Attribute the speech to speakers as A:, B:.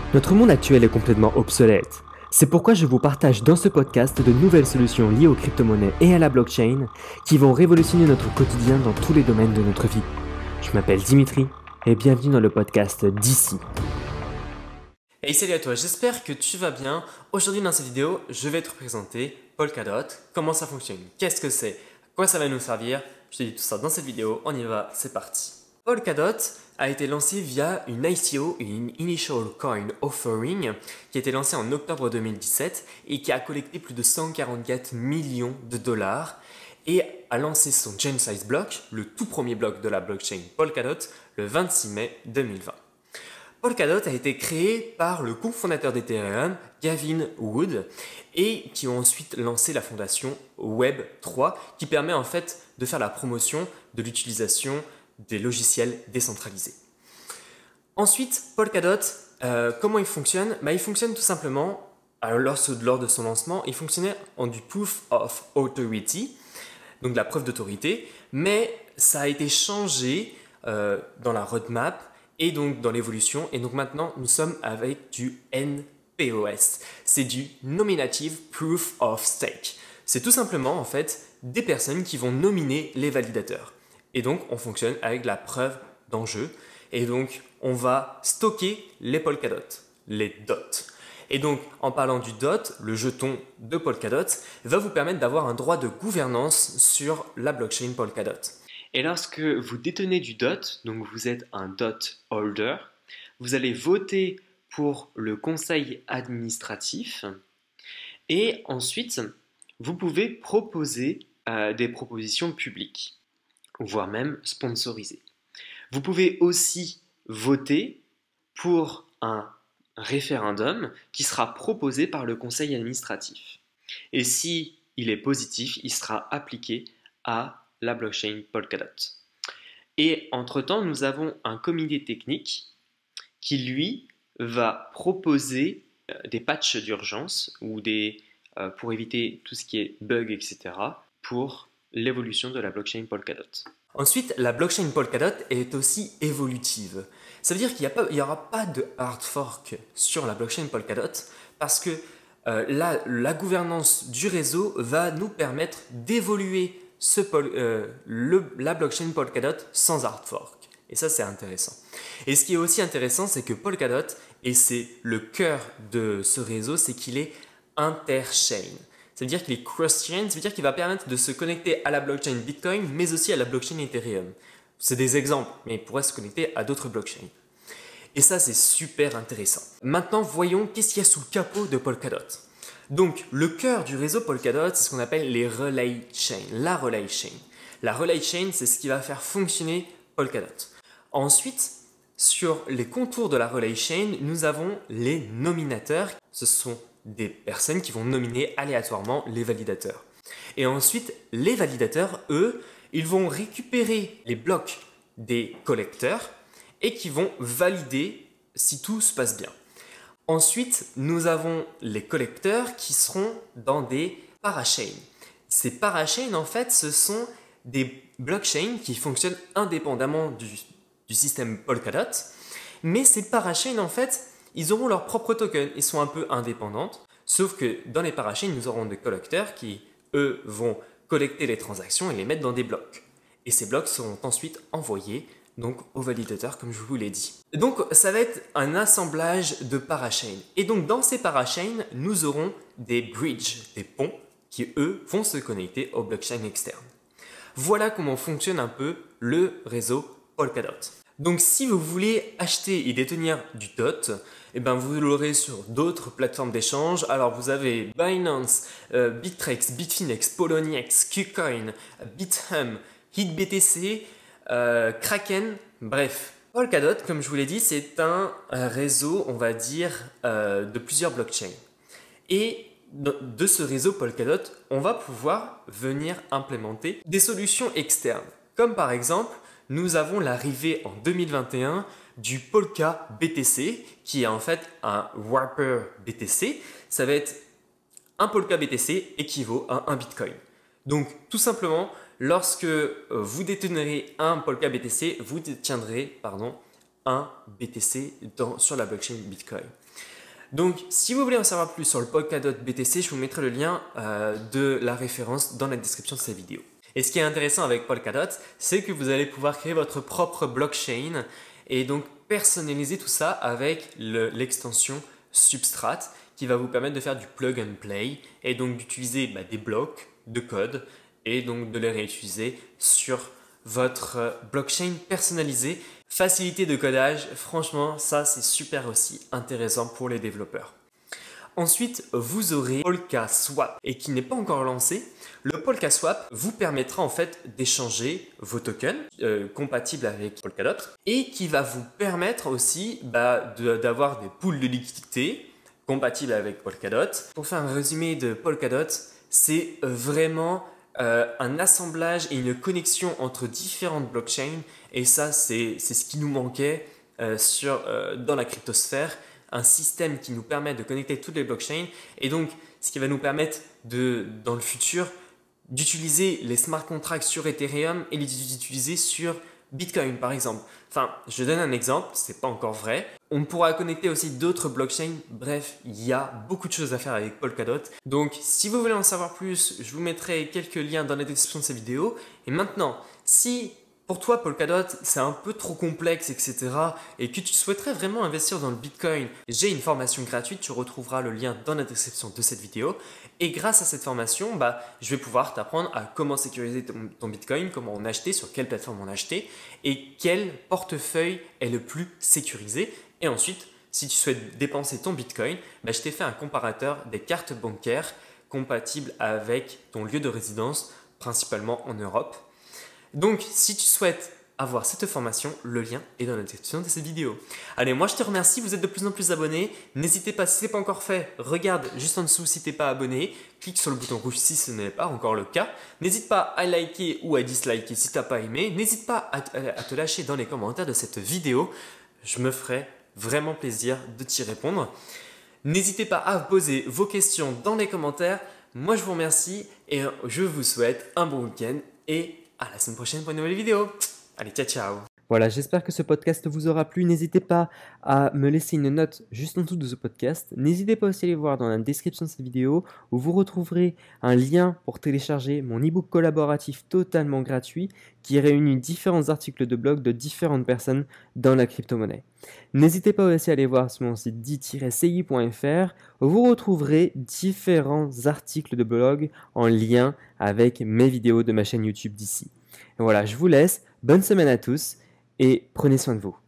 A: Notre monde actuel est complètement obsolète. C'est pourquoi je vous partage dans ce podcast de nouvelles solutions liées aux crypto-monnaies et à la blockchain qui vont révolutionner notre quotidien dans tous les domaines de notre vie. Je m'appelle Dimitri et bienvenue dans le podcast d'ici.
B: Hey, salut à toi, j'espère que tu vas bien. Aujourd'hui dans cette vidéo, je vais te présenter Polkadot, comment ça fonctionne, qu'est-ce que c'est, à quoi ça va nous servir. Je te dis tout ça dans cette vidéo, on y va, c'est parti. Polkadot a été lancé via une ICO, une Initial Coin Offering, qui a été lancée en octobre 2017 et qui a collecté plus de 144 millions de dollars et a lancé son Genesis block, le tout premier bloc de la blockchain Polkadot, le 26 mai 2020. Polkadot a été créé par le cofondateur d'Ethereum, Gavin Wood, et qui ont ensuite lancé la fondation Web3, qui permet en fait de faire la promotion de l'utilisation des logiciels décentralisés. Ensuite, Polkadot, comment il fonctionne ? Il fonctionne tout simplement, lors de son lancement, il fonctionnait en du Proof of Authority, donc la preuve d'autorité, mais ça a été changé dans la roadmap et donc dans l'évolution, et donc maintenant nous sommes avec du NPOS, c'est du Nominative Proof of Stake. C'est tout simplement en fait des personnes qui vont nominer les validateurs. Et donc on fonctionne avec la preuve d'enjeu, et donc on va stocker les Polkadot, les DOT. Et donc en parlant du DOT, le jeton de Polkadot va vous permettre d'avoir un droit de gouvernance sur la blockchain Polkadot. Et lorsque vous détenez du DOT, donc vous êtes un DOT holder, vous allez voter pour le conseil administratif et ensuite vous pouvez proposer des propositions publiques, voire même sponsorisées. Vous pouvez aussi voter pour un référendum qui sera proposé par le conseil administratif. Et si il est positif, il sera appliqué à la blockchain Polkadot. Et entre-temps, nous avons un comité technique qui, lui, va proposer des patchs d'urgence ou pour éviter tout ce qui est bug, etc., pour l'évolution de la blockchain Polkadot. Ensuite, la blockchain Polkadot est aussi évolutive. Ça veut dire qu'il n'y aura pas de hard fork sur la blockchain Polkadot parce que la gouvernance du réseau va nous permettre d'évoluer la blockchain Polkadot sans hard fork. Et ça, c'est intéressant. Et ce qui est aussi intéressant, c'est que Polkadot, et c'est le cœur de ce réseau, c'est qu'il est interchain. Ça veut dire qu'il est cross-chain, ça veut dire qu'il va permettre de se connecter à la blockchain Bitcoin, mais aussi à la blockchain Ethereum. C'est des exemples, mais il pourrait se connecter à d'autres blockchains. Et ça, c'est super intéressant. Maintenant, voyons qu'est-ce qu'il y a sous le capot de Polkadot. Donc, le cœur du réseau Polkadot, c'est ce qu'on appelle les relay chains, la relay chain. La relay chain, c'est ce qui va faire fonctionner Polkadot. Ensuite, sur les contours de la relay chain, nous avons les nominateurs. Ce sont des personnes qui vont nominer aléatoirement les validateurs. Et ensuite, les validateurs, eux, ils vont récupérer les blocs des collecteurs et qui vont valider si tout se passe bien. Ensuite, nous avons les collecteurs qui seront dans des parachains. Ces parachains, en fait, ce sont des blockchains qui fonctionnent indépendamment du système Polkadot. Mais ces parachains, en fait, ils auront leur propre token. Ils sont un peu indépendants. Sauf que dans les parachains, nous aurons des collecteurs qui, eux, vont collecter les transactions et les mettre dans des blocs. Et ces blocs seront ensuite envoyés donc aux validateurs, comme je vous l'ai dit. Donc ça va être un assemblage de parachains. Et donc dans ces parachains, nous aurons des bridges, des ponts, qui eux vont se connecter aux blockchains externes. Voilà comment fonctionne un peu le réseau Polkadot. Donc si vous voulez acheter et détenir du DOT, vous l'aurez sur d'autres plateformes d'échange. Alors vous avez Binance, Bittrex, Bitfinex, Poloniex, KuCoin, Bithumb, HitBTC, Kraken, bref. Polkadot, comme je vous l'ai dit, c'est un réseau, on va dire, de plusieurs blockchains. Et de ce réseau Polkadot, on va pouvoir venir implémenter des solutions externes. Comme par exemple, nous avons l'arrivée en 2021 du Polka BTC, qui est en fait un wrapper BTC. Ça va être un Polka BTC équivaut à un Bitcoin. Donc tout simplement, lorsque vous détenerez un Polka BTC, vous détiendrez un BTC sur la blockchain Bitcoin. Donc, si vous voulez en savoir plus sur le Polkadot BTC, je vous mettrai le lien de la référence dans la description de cette vidéo. Et ce qui est intéressant avec Polkadot, c'est que vous allez pouvoir créer votre propre blockchain et donc personnaliser tout ça avec l'extension Substrat qui va vous permettre de faire du plug and play et donc d'utiliser des blocs de code et donc de les réutiliser sur votre blockchain personnalisée. Facilité de codage, franchement, ça c'est super aussi intéressant pour les développeurs. Ensuite, vous aurez PolkaSwap et qui n'est pas encore lancé. Le PolkaSwap vous permettra en fait d'échanger vos tokens compatibles avec Polkadot et qui va vous permettre aussi d'avoir des pools de liquidité compatibles avec Polkadot. Pour faire un résumé de Polkadot, c'est vraiment un assemblage et une connexion entre différentes blockchains et ça c'est ce qui nous manquait dans la cryptosphère, un système qui nous permet de connecter toutes les blockchains et donc ce qui va nous permettre dans le futur d'utiliser les smart contracts sur Ethereum et les utiliser sur Bitcoin par exemple. Enfin, je donne un exemple, c'est pas encore vrai. On pourra connecter aussi d'autres blockchains. Bref, il y a beaucoup de choses à faire avec Polkadot. Donc, si vous voulez en savoir plus, je vous mettrai quelques liens dans la description de cette vidéo. Et maintenant, si pour toi Polkadot c'est un peu trop complexe, etc. et que tu souhaiterais vraiment investir dans le Bitcoin, j'ai une formation gratuite, tu retrouveras le lien dans la description de cette vidéo. Et grâce à cette formation, je vais pouvoir t'apprendre à comment sécuriser ton Bitcoin, comment en acheter, sur quelle plateforme en acheter et quel portefeuille est le plus sécurisé. Et ensuite, si tu souhaites dépenser ton Bitcoin, je t'ai fait un comparateur des cartes bancaires compatibles avec ton lieu de résidence, principalement en Europe. Donc, si tu souhaites avoir cette formation, le lien est dans la description de cette vidéo. Allez, moi je te remercie, vous êtes de plus en plus abonnés. N'hésitez pas, si ce n'est pas encore fait, regarde juste en dessous si tu n'es pas abonné. Clique sur le bouton rouge si ce n'est pas encore le cas. N'hésite pas à liker ou à disliker si tu n'as pas aimé. N'hésite pas à te lâcher dans les commentaires de cette vidéo. Je me ferai vraiment plaisir de t'y répondre. N'hésitez pas à poser vos questions dans les commentaires. Moi je vous remercie et je vous souhaite un bon week-end et à la semaine prochaine pour une nouvelle vidéo. Allez, ciao, ciao.
A: Voilà, j'espère que ce podcast vous aura plu. N'hésitez pas à me laisser une note juste en dessous de ce podcast. N'hésitez pas aussi à aller voir dans la description de cette vidéo où vous retrouverez un lien pour télécharger mon e-book collaboratif totalement gratuit qui réunit différents articles de blog de différentes personnes dans la crypto-monnaie. N'hésitez pas aussi à aller voir sur mon site dit-ci.fr où vous retrouverez différents articles de blog en lien avec mes vidéos de ma chaîne YouTube d'ici. Voilà, je vous laisse. Bonne semaine à tous et prenez soin de vous.